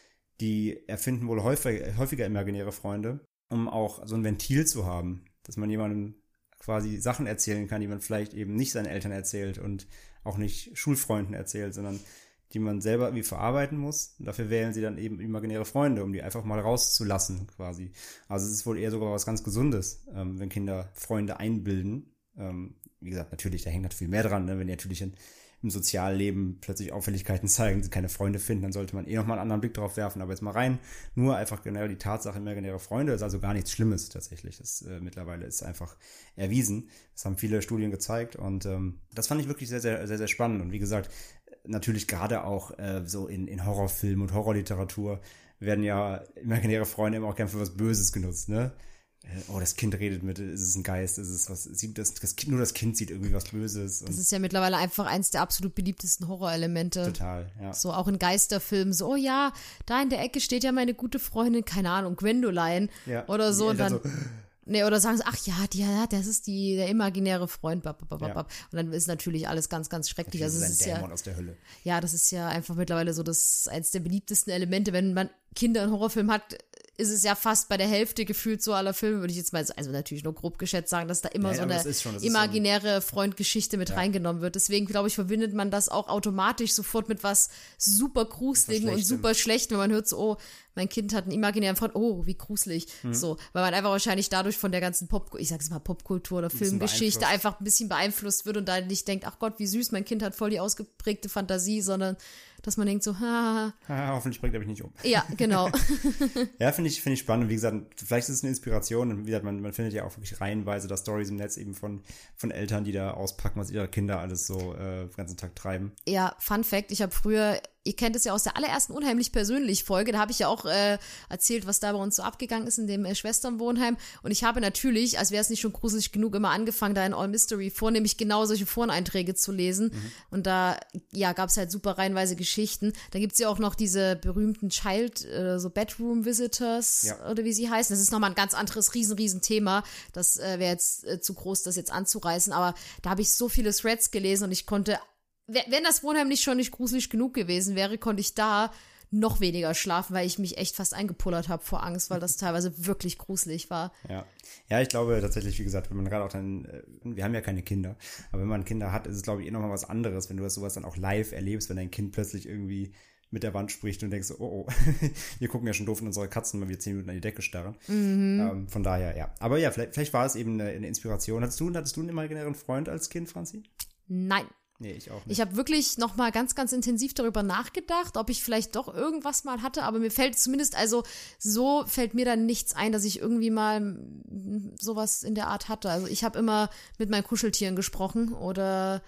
Die erfinden wohl häufig, häufiger imaginäre Freunde, um auch so ein Ventil zu haben, dass man jemandem quasi Sachen erzählen kann, die man vielleicht eben nicht seinen Eltern erzählt und auch nicht Schulfreunden erzählt, sondern die man selber irgendwie verarbeiten muss. Und dafür wählen sie dann eben imaginäre Freunde, um die einfach mal rauszulassen quasi. Also es ist wohl eher sogar was ganz Gesundes, ähm, wenn Kinder Freunde einbilden. Ähm, wie gesagt, natürlich, da hängt natürlich viel mehr dran, ne? Wenn die natürlich in, im Sozialleben plötzlich Auffälligkeiten zeigen, sie keine Freunde finden, dann sollte man eh nochmal einen anderen Blick drauf werfen. Aber jetzt mal rein, nur einfach generell die Tatsache imaginäre Freunde ist also gar nichts Schlimmes tatsächlich. Das äh, mittlerweile ist einfach erwiesen. Das haben viele Studien gezeigt und ähm, das fand ich wirklich sehr, sehr, sehr, sehr spannend. Und wie gesagt, natürlich gerade auch äh, so in, in Horrorfilmen und Horrorliteratur werden ja imaginäre Freunde immer auch gerne für was Böses genutzt, ne? Oh, das Kind redet mit, ist es ein Geist, ist es was, sieht das, das Kind, nur das Kind sieht irgendwie was Böses. Das ist ja mittlerweile einfach eins der absolut beliebtesten Horrorelemente. Total, ja. So auch in Geisterfilmen, so, oh ja, da in der Ecke steht ja meine gute Freundin, keine Ahnung, Gwendoline oder ja, so. Und dann, so. Nee, oder sagen sie, ach ja, die, ja, das ist die, der imaginäre Freund. Bap, bap, bap, Ja. Und dann ist natürlich alles ganz, ganz schrecklich. Das Also ist es ein ist Dämon ja, aus der Hölle. ja, das ist ja einfach mittlerweile so das eins der beliebtesten Elemente. Wenn man Kinder in Horrorfilmen hat, ist es ja fast bei der Hälfte gefühlt so aller Filme, würde ich jetzt mal, also natürlich nur grob geschätzt sagen, dass da immer Ja, so aber eine es ist schon- das ist imaginäre Freundgeschichte mit Ja. reingenommen wird. Deswegen, glaube ich, verbindet man das auch automatisch sofort mit was super Gruseligen und Schlechtem. super schlecht, wenn man hört so, oh, mein Kind hat einen imaginären Freund, oh, wie gruselig. Mhm. So, weil man einfach wahrscheinlich dadurch von der ganzen Pop, ich sag's mal Popkultur oder bisschen Filmgeschichte beeinflusst. einfach ein bisschen beeinflusst wird und da nicht denkt, ach Gott, wie süß, mein Kind hat voll die ausgeprägte Fantasie, sondern dass man denkt so, ha, Ha, hoffentlich bringt er mich nicht um. ja, genau. Ja, finde ich, finde ich spannend. Und wie gesagt, vielleicht ist es eine Inspiration. Und wie gesagt, man, man findet ja auch wirklich reihenweise da Stories im Netz eben von, von Eltern, die da auspacken, was ihre Kinder alles so äh, den ganzen Tag treiben. Ja, Fun Fact, ich habe früher, ihr kennt es ja aus der allerersten Unheimlich persönlich Folge, da habe ich ja auch äh, erzählt, was da bei uns so abgegangen ist in dem äh, Schwesternwohnheim. Und ich habe natürlich, als wäre es nicht schon gruselig genug, immer angefangen, da in All Mystery vornehmlich genau solche Foreneinträge zu lesen. Mhm. Und da, ja, gab es halt super reihenweise Geschichten. Da gibt's ja auch noch diese berühmten Child, äh, so Bedroom Visitors, Ja. oder wie sie heißen. Das ist nochmal ein ganz anderes riesen, riesen Thema. Das äh, wäre jetzt äh, zu groß, das jetzt anzureißen. Aber da habe ich so viele Threads gelesen und ich konnte, wenn das Wohnheim nicht schon nicht gruselig genug gewesen wäre, konnte ich da noch weniger schlafen, weil ich mich echt fast eingepullert habe vor Angst, weil das teilweise wirklich gruselig war. Ja. Ja, ich glaube tatsächlich, wie gesagt, wenn man gerade auch dann, äh, wir haben ja keine Kinder, aber wenn man Kinder hat, ist es, glaube ich, eh nochmal was anderes, wenn du das sowas dann auch live erlebst, wenn dein Kind plötzlich irgendwie mit der Wand spricht und denkst so, oh, oh, wir gucken ja schon doof in unsere Katzen, weil wir zehn Minuten an die Decke starren. Mhm. Ähm, von daher, ja. Aber ja, vielleicht, vielleicht war es eben eine, eine Inspiration. Hattest du, hattest du einen imaginären Freund als Kind, Franzi? Nein. Nee, ich auch nicht. Ich habe wirklich noch mal ganz, ganz intensiv darüber nachgedacht, ob ich vielleicht doch irgendwas mal hatte, aber mir fällt zumindest, also so fällt mir dann nichts ein, dass ich irgendwie mal sowas in der Art hatte. Also ich habe immer mit meinen Kuscheltieren gesprochen oder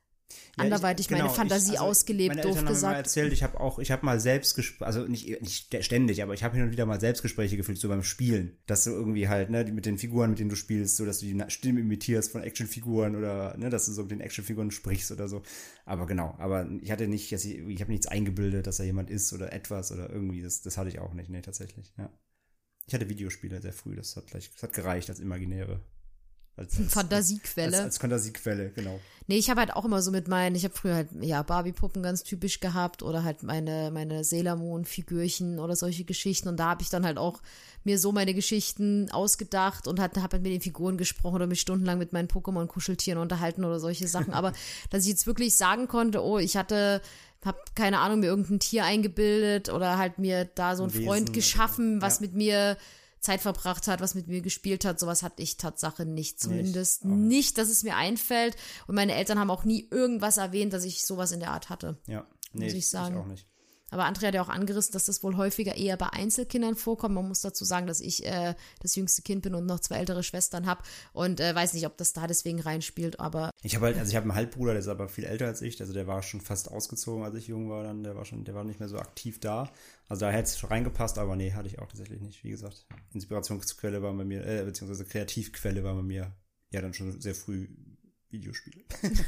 Ja, anderweitig ich, genau, meine Fantasie ich, also ausgelebt, meine doof Eltern haben gesagt. mir mal erzählt, ich habe auch, ich habe mal Selbstgespräche, also nicht, nicht ständig, aber ich habe hin und wieder mal Selbstgespräche geführt, so beim Spielen, dass du irgendwie halt, ne, mit den Figuren, mit denen du spielst, so, dass du die Stimme imitierst von Actionfiguren oder, ne, dass du so mit den Actionfiguren sprichst oder so. Aber genau, aber ich hatte nicht, ich, ich habe nichts eingebildet, dass da jemand ist oder etwas oder irgendwie, das, das hatte ich auch nicht, nee, tatsächlich, ja. Ich hatte Videospiele sehr früh, das hat gleich, das hat gereicht als imaginäre. Als, als, Fantasiequelle. Als, als Fantasiequelle, genau. Nee, ich habe halt auch immer so mit meinen, ich habe früher halt, ja, Barbie-Puppen ganz typisch gehabt oder halt meine, meine Sailor Moon-Figürchen oder solche Geschichten und da habe ich dann halt auch mir so meine Geschichten ausgedacht und halt, habe halt mit den Figuren gesprochen oder mich stundenlang mit meinen Pokémon-Kuscheltieren unterhalten oder solche Sachen, aber dass ich jetzt wirklich sagen konnte, oh, ich hatte, hab keine Ahnung, mir irgendein Tier eingebildet oder halt mir da so einen Wesen, Freund geschaffen, ja. was mit mir Zeit verbracht hat, was mit mir gespielt hat, sowas hatte ich Tatsache nicht, zumindest nicht, nicht, dass es mir einfällt und meine Eltern haben auch nie irgendwas erwähnt, dass ich sowas in der Art hatte. Ja, nee, muss ich sagen. auch nicht. Aber André hat ja auch angerissen, dass das wohl häufiger eher bei Einzelkindern vorkommt. Man muss dazu sagen, dass ich äh, das jüngste Kind bin und noch zwei ältere Schwestern habe und äh, weiß nicht, ob das da deswegen reinspielt, aber Ich habe halt, also ich habe einen Halbbruder, der ist aber viel älter als ich, also der war schon fast ausgezogen, als ich jung war, dann der war schon, der war nicht mehr so aktiv da. Also da hätte es schon reingepasst, aber nee, hatte ich auch tatsächlich nicht. Wie gesagt, Inspirationsquelle war bei mir, äh, beziehungsweise Kreativquelle war bei mir ja dann schon sehr früh Videospiele.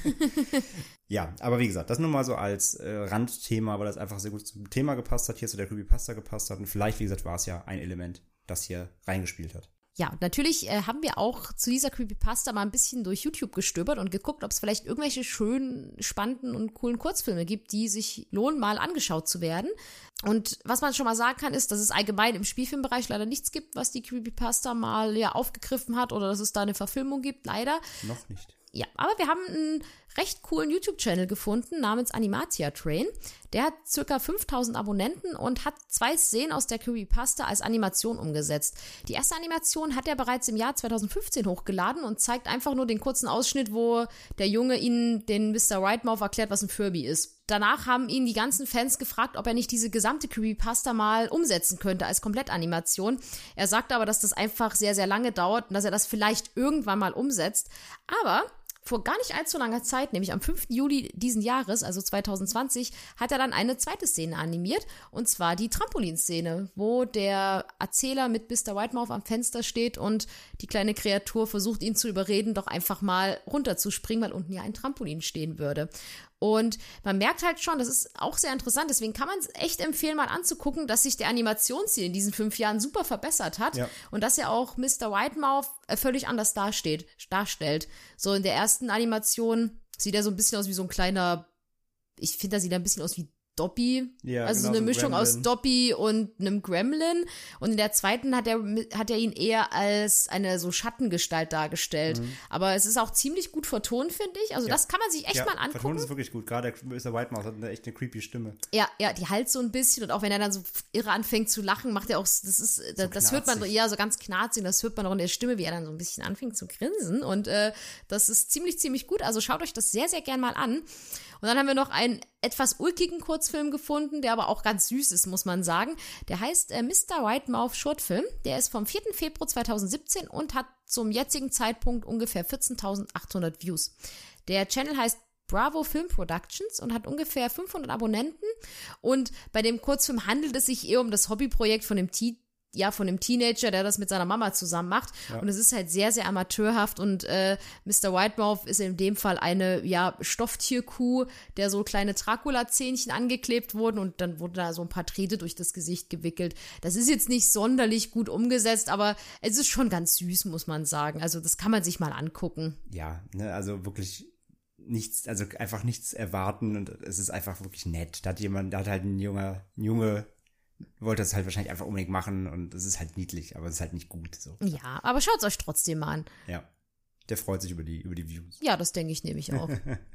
Ja, aber wie gesagt, das nur mal so als äh, Randthema, weil das einfach sehr gut zum Thema gepasst hat, hier zu der Creepypasta gepasst hat und vielleicht, wie gesagt, war es ja ein Element, das hier reingespielt hat. ja, und natürlich äh, haben wir auch zu dieser Creepypasta mal ein bisschen durch YouTube gestöbert und geguckt, ob es vielleicht irgendwelche schönen, spannenden und coolen Kurzfilme gibt, die sich lohnen, mal angeschaut zu werden. Und was man schon mal sagen kann, ist, dass es allgemein im Spielfilmbereich leider nichts gibt, was die Creepypasta mal ja aufgegriffen hat oder dass es da eine Verfilmung gibt, leider. Noch nicht. Ja, aber wir haben einen recht coolen YouTube-Channel gefunden namens Animatia Train. Der hat circa fünftausend Abonnenten und hat zwei Szenen aus der Creepypasta als Animation umgesetzt. Die erste Animation hat er bereits im Jahr zweitausendfünfzehn hochgeladen und zeigt einfach nur den kurzen Ausschnitt, wo der Junge ihnen, den Mister Whitemouth, erklärt, was ein Furby ist. Danach haben ihn die ganzen Fans gefragt, ob er nicht diese gesamte Creepypasta mal umsetzen könnte als Komplettanimation. Er sagte aber, dass das einfach sehr, sehr lange dauert und dass er das vielleicht irgendwann mal umsetzt. Aber vor gar nicht allzu langer Zeit, nämlich am fünften Juli diesen Jahres, also zweitausendzwanzig, hat er dann eine zweite Szene animiert, und zwar die Trampolinszene, wo der Erzähler mit Mister Whitemouth am Fenster steht und die kleine Kreatur versucht, ihn zu überreden, doch einfach mal runterzuspringen, weil unten ja ein Trampolin stehen würde. Und man merkt halt schon, das ist auch sehr interessant, deswegen kann man es echt empfehlen, mal anzugucken, dass sich der Animationsstil in diesen fünf Jahren super verbessert hat, ja, und dass er auch Mister Whitemouth völlig anders dasteht, darstellt. So in der ersten Animation sieht er so ein bisschen aus wie so ein kleiner, ich finde, da sieht er ein bisschen aus wie Dobby, ja, also genau, so eine so ein Mischung Gremlin aus Dobby und einem Gremlin, und in der zweiten hat er, hat er ihn eher als eine so Schattengestalt dargestellt, mhm. aber es ist auch ziemlich gut vertont, finde ich, also ja, das kann man sich echt ja, mal angucken. Vertont ist wirklich gut, gerade der Mister Whitemouth hat eine echt eine creepy Stimme. Ja, ja, die halt so ein bisschen, und auch wenn er dann so irre anfängt zu lachen, macht er auch, das ist, so das, das hört man, ja, so ganz knarzig, das hört man auch in der Stimme, wie er dann so ein bisschen anfängt zu grinsen, und äh, das ist ziemlich, ziemlich gut, also schaut euch das sehr, sehr gern mal an. Und dann haben wir noch einen etwas ulkigen Kurzfilm gefunden, der aber auch ganz süß ist, muss man sagen. Der heißt äh, Mister Whitemouth Shortfilm. Der ist vom vierten Februar zweitausendsiebzehn und hat zum jetzigen Zeitpunkt ungefähr vierzehntausendachthundert Views. Der Channel heißt Bravo Film Productions und hat ungefähr fünfhundert Abonnenten. Und bei dem Kurzfilm handelt es sich eher um das Hobbyprojekt von dem T ja, von dem Teenager, der das mit seiner Mama zusammen macht. Ja. Und es ist halt sehr, sehr amateurhaft, und äh, Mister Whitemouth ist in dem Fall eine, ja, Stofftierkuh, der so kleine Dracula-Zähnchen angeklebt wurden, und dann wurden da so ein paar Drähte durch das Gesicht gewickelt. Das ist jetzt nicht sonderlich gut umgesetzt, aber es ist schon ganz süß, muss man sagen. Also das kann man sich mal angucken. Ja, ne, also wirklich nichts, also einfach nichts erwarten, und es ist einfach wirklich nett. Da hat jemand, da hat halt ein junger, Junge wollte das halt wahrscheinlich einfach unbedingt machen, und es ist halt niedlich, aber es ist halt nicht gut. So. Ja, aber schaut es euch trotzdem mal an. Ja, der freut sich über die, über die Views. Ja, das denke ich nämlich auch.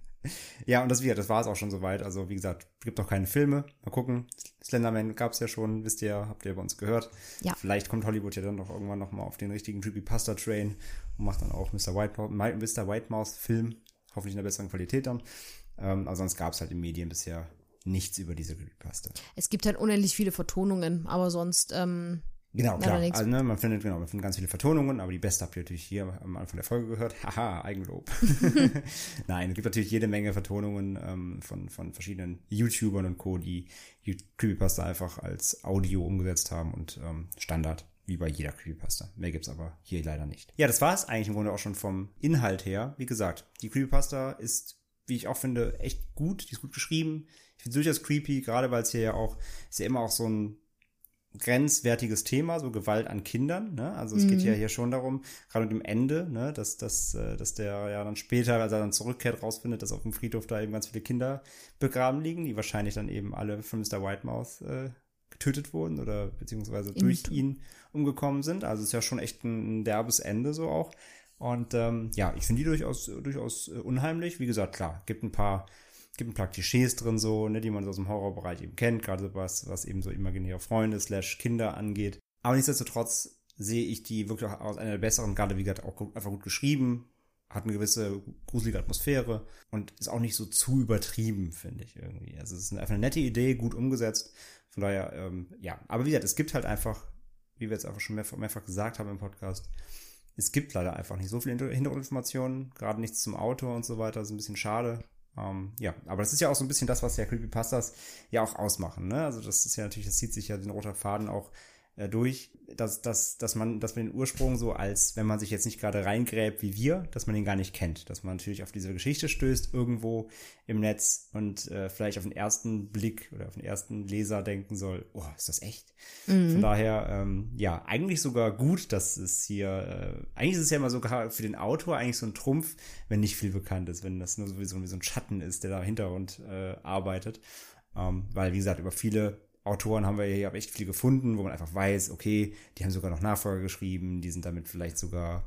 Ja, und das, das war es auch schon soweit. Also wie gesagt, es gibt noch keine Filme. Mal gucken. Slenderman gab es ja schon, wisst ihr, habt ihr bei uns gehört. Ja. Vielleicht kommt Hollywood ja dann doch irgendwann noch mal auf den richtigen Creepypasta-Train und macht dann auch Mister Whitemouth, Mister Whitemouth-Film. Hoffentlich in einer besseren Qualität dann. Ähm, aber sonst gab es halt in Medien bisher nichts über diese Creepypasta. Es gibt halt unendlich viele Vertonungen, aber sonst ähm, genau, klar. Also, ne, man findet, genau, man findet ganz viele Vertonungen, aber die beste habt ihr natürlich hier am Anfang der Folge gehört. Haha, Eigenlob. Nein, es gibt natürlich jede Menge Vertonungen ähm, von, von verschiedenen YouTubern und Co., die Creepypasta einfach als Audio umgesetzt haben und ähm, Standard, wie bei jeder Creepypasta. Mehr gibt's aber hier leider nicht. Ja, das war es eigentlich im Grunde auch schon vom Inhalt her. Wie gesagt, die Creepypasta ist, wie ich auch finde, echt gut. Die ist gut geschrieben. Ich finde es durchaus creepy, gerade weil es hier ja auch, ist ja immer auch so ein grenzwertiges Thema, so Gewalt an Kindern, ne? Also es mhm. geht ja hier schon darum, gerade mit dem Ende, ne, dass, dass, dass der ja dann später, als er dann zurückkehrt, rausfindet, dass auf dem Friedhof da eben ganz viele Kinder begraben liegen, die wahrscheinlich dann eben alle von Mister Whitemouth äh, getötet wurden oder beziehungsweise in durch ihn umgekommen sind. Also es ist ja schon echt ein, ein derbes Ende so auch. Und ähm, ja, ich finde die durchaus durchaus äh, unheimlich. Wie gesagt, klar, gibt ein paar gibt ein paar Klischees drin so, ne, die man so aus dem Horrorbereich eben kennt, gerade was was eben so imaginäre Freunde slash Kinder angeht. Aber nichtsdestotrotz sehe ich die wirklich auch aus einer der besseren, gerade wie gesagt auch gut, einfach gut geschrieben, hat eine gewisse gruselige Atmosphäre und ist auch nicht so zu übertrieben, finde ich irgendwie. Also es ist einfach eine nette Idee, gut umgesetzt. Von daher, ähm, ja. Aber wie gesagt, es gibt halt einfach, wie wir jetzt einfach schon mehrfach, mehrfach gesagt haben im Podcast, es gibt leider einfach nicht so viele Hintergrundinformationen, gerade nichts zum Autor und so weiter, das ist ein bisschen schade. Ähm, ja, aber das ist ja auch so ein bisschen das, was ja Creepypastas ja auch ausmachen, ne? Also das ist ja natürlich, das zieht sich ja den roter Faden auch äh, durch, dass, dass, dass man, dass man den Ursprung so als, wenn man sich jetzt nicht gerade reingräbt wie wir, dass man den gar nicht kennt, dass man natürlich auf diese Geschichte stößt irgendwo im Netz und äh, vielleicht auf den ersten Blick oder auf den ersten Leser denken soll, oh, ist das echt? Mhm. Von daher, ähm, ja, eigentlich sogar gut, dass es hier, äh, eigentlich ist es ja immer sogar für den Autor eigentlich so ein Trumpf, wenn nicht viel bekannt ist, wenn das nur sowieso wie so ein Schatten ist, der da im Hintergrund äh, arbeitet, ähm, weil, wie gesagt, über viele Autoren haben wir hier echt viel gefunden, wo man einfach weiß, okay, die haben sogar noch Nachfolger geschrieben, die sind damit vielleicht sogar,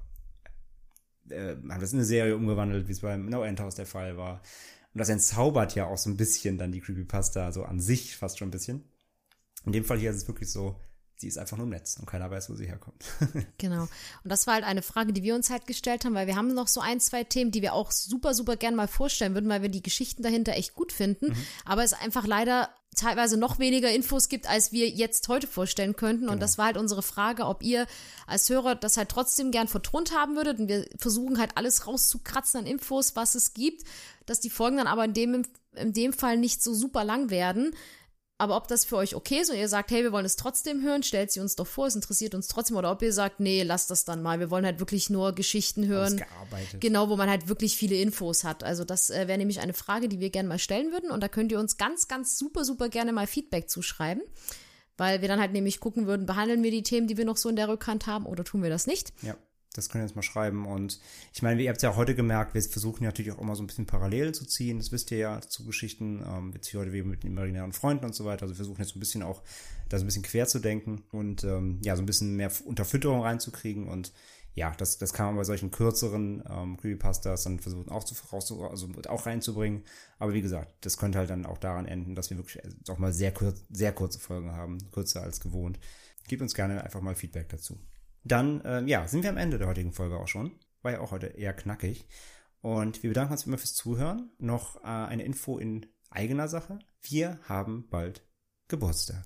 äh, haben das in eine Serie umgewandelt, wie es beim No End House der Fall war. Und das entzaubert ja auch so ein bisschen dann die Creepypasta, so an sich fast schon ein bisschen. In dem Fall hier ist es wirklich so, sie ist einfach nur im Netz und keiner weiß, wo sie herkommt. Genau. Und das war halt eine Frage, die wir uns halt gestellt haben, weil wir haben noch so ein, zwei Themen, die wir auch super, super gern mal vorstellen würden, weil wir die Geschichten dahinter echt gut finden. Mhm. Aber es einfach leider teilweise noch weniger Infos gibt, als wir jetzt heute vorstellen könnten. Genau. Und das war halt unsere Frage, ob ihr als Hörer das halt trotzdem gern vertont haben würdet. Und wir versuchen halt alles rauszukratzen an Infos, was es gibt, dass die Folgen dann aber in dem, in dem Fall nicht so super lang werden. Aber ob das für euch okay ist und ihr sagt, hey, wir wollen es trotzdem hören, stellt sie uns doch vor, es interessiert uns trotzdem. Oder ob ihr sagt, nee, lasst das dann mal. Wir wollen halt wirklich nur Geschichten hören. Genau, wo man halt wirklich viele Infos hat. Also das äh, wäre nämlich eine Frage, die wir gerne mal stellen würden. Und da könnt ihr uns ganz, ganz super, super gerne mal Feedback zuschreiben. Weil wir dann halt nämlich gucken würden, behandeln wir die Themen, die wir noch so in der Rückhand haben oder tun wir das nicht? Ja. Das können wir jetzt mal schreiben. Und ich meine, ihr habt es ja auch heute gemerkt, wir versuchen ja natürlich auch immer so ein bisschen Parallelen zu ziehen. Das wisst ihr ja zu Geschichten, ähm, jetzt hier heute wie mit den imaginären Freunden und so weiter. Also wir versuchen jetzt so ein bisschen auch, da so ein bisschen quer zu denken und ähm, ja, so ein bisschen mehr Unterfütterung reinzukriegen. Und ja, das, das kann man bei solchen kürzeren ähm, Creepypastas dann versuchen auch, zu, also auch reinzubringen. Aber wie gesagt, das könnte halt dann auch daran enden, dass wir wirklich auch mal sehr, kurz, sehr kurze Folgen haben, kürzer als gewohnt. Gebt uns gerne einfach mal Feedback dazu. Dann, äh, ja, sind wir am Ende der heutigen Folge auch schon. War ja auch heute eher knackig. Und wir bedanken uns immer fürs Zuhören. Noch äh, eine Info in eigener Sache. Wir haben bald Geburtstag.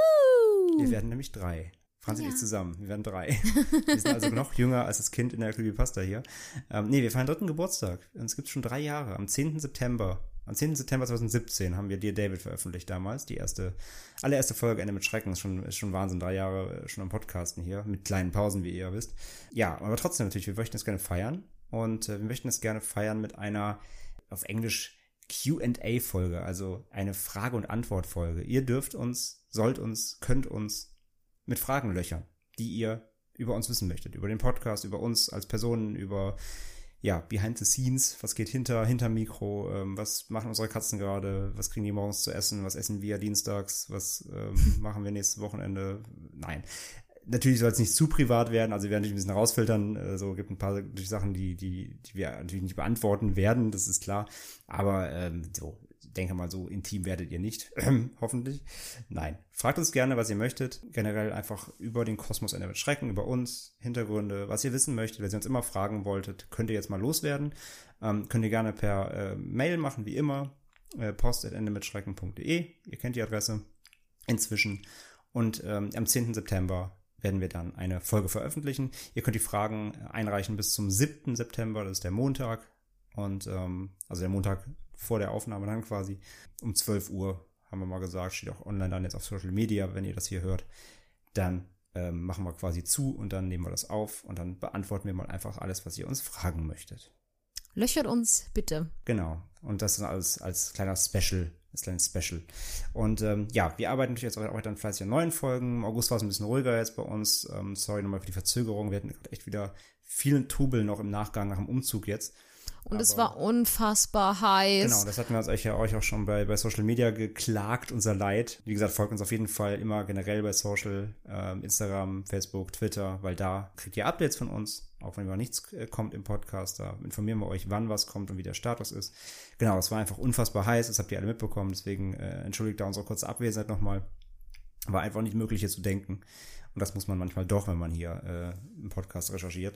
Woo! Wir werden nämlich drei. Franzi ja. und ich zusammen. Wir werden drei. Wir sind also noch jünger als das Kind in der Creepypasta hier. Ähm, nee, wir feiern dritten Geburtstag. Uns gibt's schon drei Jahre. Am zehnten September. Am zehnten September zweitausendsiebzehn haben wir Dear David veröffentlicht damals. Die erste, allererste Folge Ende mit Schrecken. Ist schon, ist schon Wahnsinn. Drei Jahre schon am Podcasten hier. Mit kleinen Pausen, wie ihr ja wisst. Ja, aber trotzdem natürlich. Wir möchten das gerne feiern. Und äh, wir möchten das gerne feiern mit einer, auf Englisch, Q and A-Folge. Also eine Frage- und Antwort-Folge. Ihr dürft uns, sollt uns, könnt uns mit Fragen löchern, die ihr über uns wissen möchtet. Über den Podcast, über uns als Personen, über, ja, behind the scenes, was geht hinter, hinter Mikro, ähm, was machen unsere Katzen gerade, was kriegen die morgens zu essen, was essen wir dienstags, was ähm, machen wir nächstes Wochenende. Nein. Natürlich soll es nicht zu privat werden, also wir werden natürlich ein bisschen rausfiltern, also gibt ein paar Sachen, die, die, die wir natürlich nicht beantworten werden, das ist klar, aber ähm, so, denke mal, so intim werdet ihr nicht, hoffentlich. Nein, fragt uns gerne, was ihr möchtet, generell einfach über den Kosmos Ende mit Schrecken, über uns, Hintergründe, was ihr wissen möchtet, wenn ihr uns immer fragen wolltet, könnt ihr jetzt mal loswerden, ähm, könnt ihr gerne per äh, Mail machen, wie immer, äh, post at ende mit schrecken punkt de, ihr kennt die Adresse inzwischen, und ähm, am zehnten September werden wir dann eine Folge veröffentlichen. Ihr könnt die Fragen einreichen bis zum siebten September, das ist der Montag. Und ähm, also der Montag vor der Aufnahme dann quasi um zwölf Uhr, haben wir mal gesagt, steht auch online dann jetzt auf Social Media, wenn ihr das hier hört. Dann ähm, machen wir quasi zu und dann nehmen wir das auf und dann beantworten wir mal einfach alles, was ihr uns fragen möchtet. Löchert uns bitte. Genau. Und das als, als kleiner Special, als kleines Special. Und ähm, ja, wir arbeiten natürlich jetzt auch dann fleißig an neuen Folgen. Im August war es ein bisschen ruhiger jetzt bei uns. Ähm, sorry nochmal für die Verzögerung. Wir hatten gerade echt wieder vielen Trubel noch im Nachgang nach dem Umzug jetzt. Und Aber, es war unfassbar heiß. Genau, das hatten wir uns euch ja euch auch schon bei, bei Social Media geklagt, unser Leid. Wie gesagt, folgt uns auf jeden Fall immer generell bei Social, ähm, Instagram, Facebook, Twitter, weil da kriegt ihr Updates von uns, auch wenn mal nichts äh, kommt im Podcast. Da informieren wir euch, wann was kommt und wie der Status ist. Genau, es war einfach unfassbar heiß, das habt ihr alle mitbekommen, deswegen äh, entschuldigt da unsere kurze Abwesenheit nochmal. War einfach nicht möglich, hier zu denken. Und das muss man manchmal doch, wenn man hier äh, im Podcast recherchiert.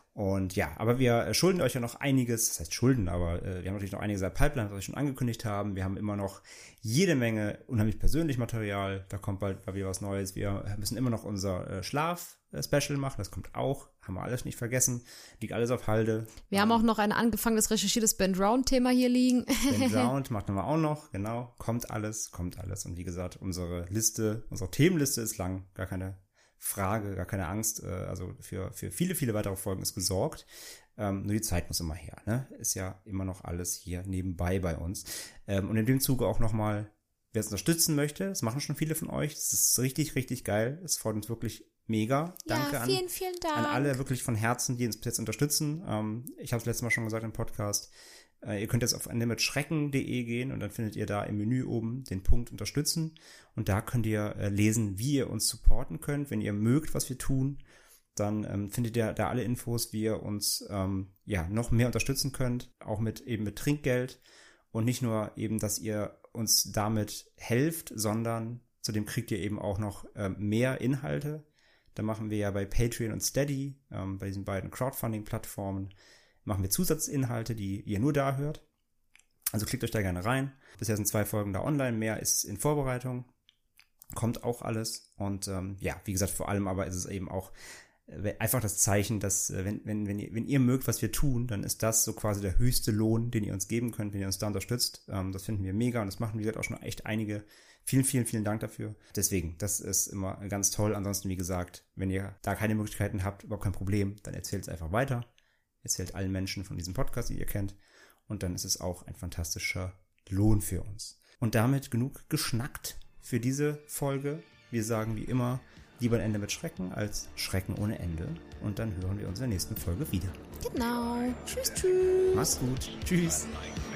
Und ja, aber wir schulden euch ja noch einiges, das heißt schulden, aber äh, wir haben natürlich noch einiges in der Pipeline, was wir schon angekündigt haben. Wir haben immer noch jede Menge unheimlich persönlich Material, da kommt bald mal wieder was Neues. Wir müssen immer noch unser äh, Schlaf-Special machen, das kommt auch, haben wir alles nicht vergessen, liegt alles auf Halde. Wir ähm, haben auch noch ein angefangenes recherchiertes Ben Round-Thema hier liegen. Ben Round machen wir auch noch, genau, kommt alles, kommt alles. Und wie gesagt, unsere Liste, unsere Themenliste ist lang, gar keine Frage, gar keine Angst, also für, für viele, viele weitere Folgen ist gesorgt. Ähm, nur die Zeit muss immer her, ne? Ist ja immer noch alles hier nebenbei bei uns. Ähm, und in dem Zuge auch nochmal, wer es unterstützen möchte, das machen schon viele von euch, das ist richtig, richtig geil, es freut uns wirklich mega. Danke ja, vielen, vielen Dank. an, an alle wirklich von Herzen, die uns bis jetzt unterstützen. Ähm, ich habe es letztes Mal schon gesagt im Podcast, Ihr könnt jetzt auf unlimitschrecken punkt de gehen und dann findet ihr da im Menü oben den Punkt Unterstützen und da könnt ihr äh, lesen, wie ihr uns supporten könnt. Wenn ihr mögt, was wir tun, dann ähm, findet ihr da alle Infos, wie ihr uns ähm, ja noch mehr unterstützen könnt, auch mit eben mit Trinkgeld und nicht nur eben, dass ihr uns damit helft, sondern zudem kriegt ihr eben auch noch ähm, mehr Inhalte. Da machen wir ja bei Patreon und Steady, ähm, bei diesen beiden Crowdfunding-Plattformen, machen wir Zusatzinhalte, die ihr nur da hört. Also klickt euch da gerne rein. Bisher sind zwei Folgen da online, mehr ist in Vorbereitung. Kommt auch alles. Und ähm, ja, wie gesagt, vor allem aber ist es eben auch äh, einfach das Zeichen, dass äh, wenn, wenn, wenn, ihr, wenn ihr mögt, was wir tun, dann ist das so quasi der höchste Lohn, den ihr uns geben könnt, wenn ihr uns da unterstützt. Ähm, das finden wir mega und das machen, wie gesagt, auch schon echt einige. Vielen, vielen, vielen Dank dafür. Deswegen, das ist immer ganz toll. Ansonsten, wie gesagt, wenn ihr da keine Möglichkeiten habt, überhaupt kein Problem, dann erzählt es einfach weiter. Erzählt allen Menschen von diesem Podcast, die ihr kennt. Und dann ist es auch ein fantastischer Lohn für uns. Und damit genug geschnackt für diese Folge. Wir sagen wie immer, lieber ein Ende mit Schrecken als Schrecken ohne Ende. Und dann hören wir uns in der nächsten Folge wieder. Genau. Tschüss, tschüss. Mach's gut. Tschüss. Like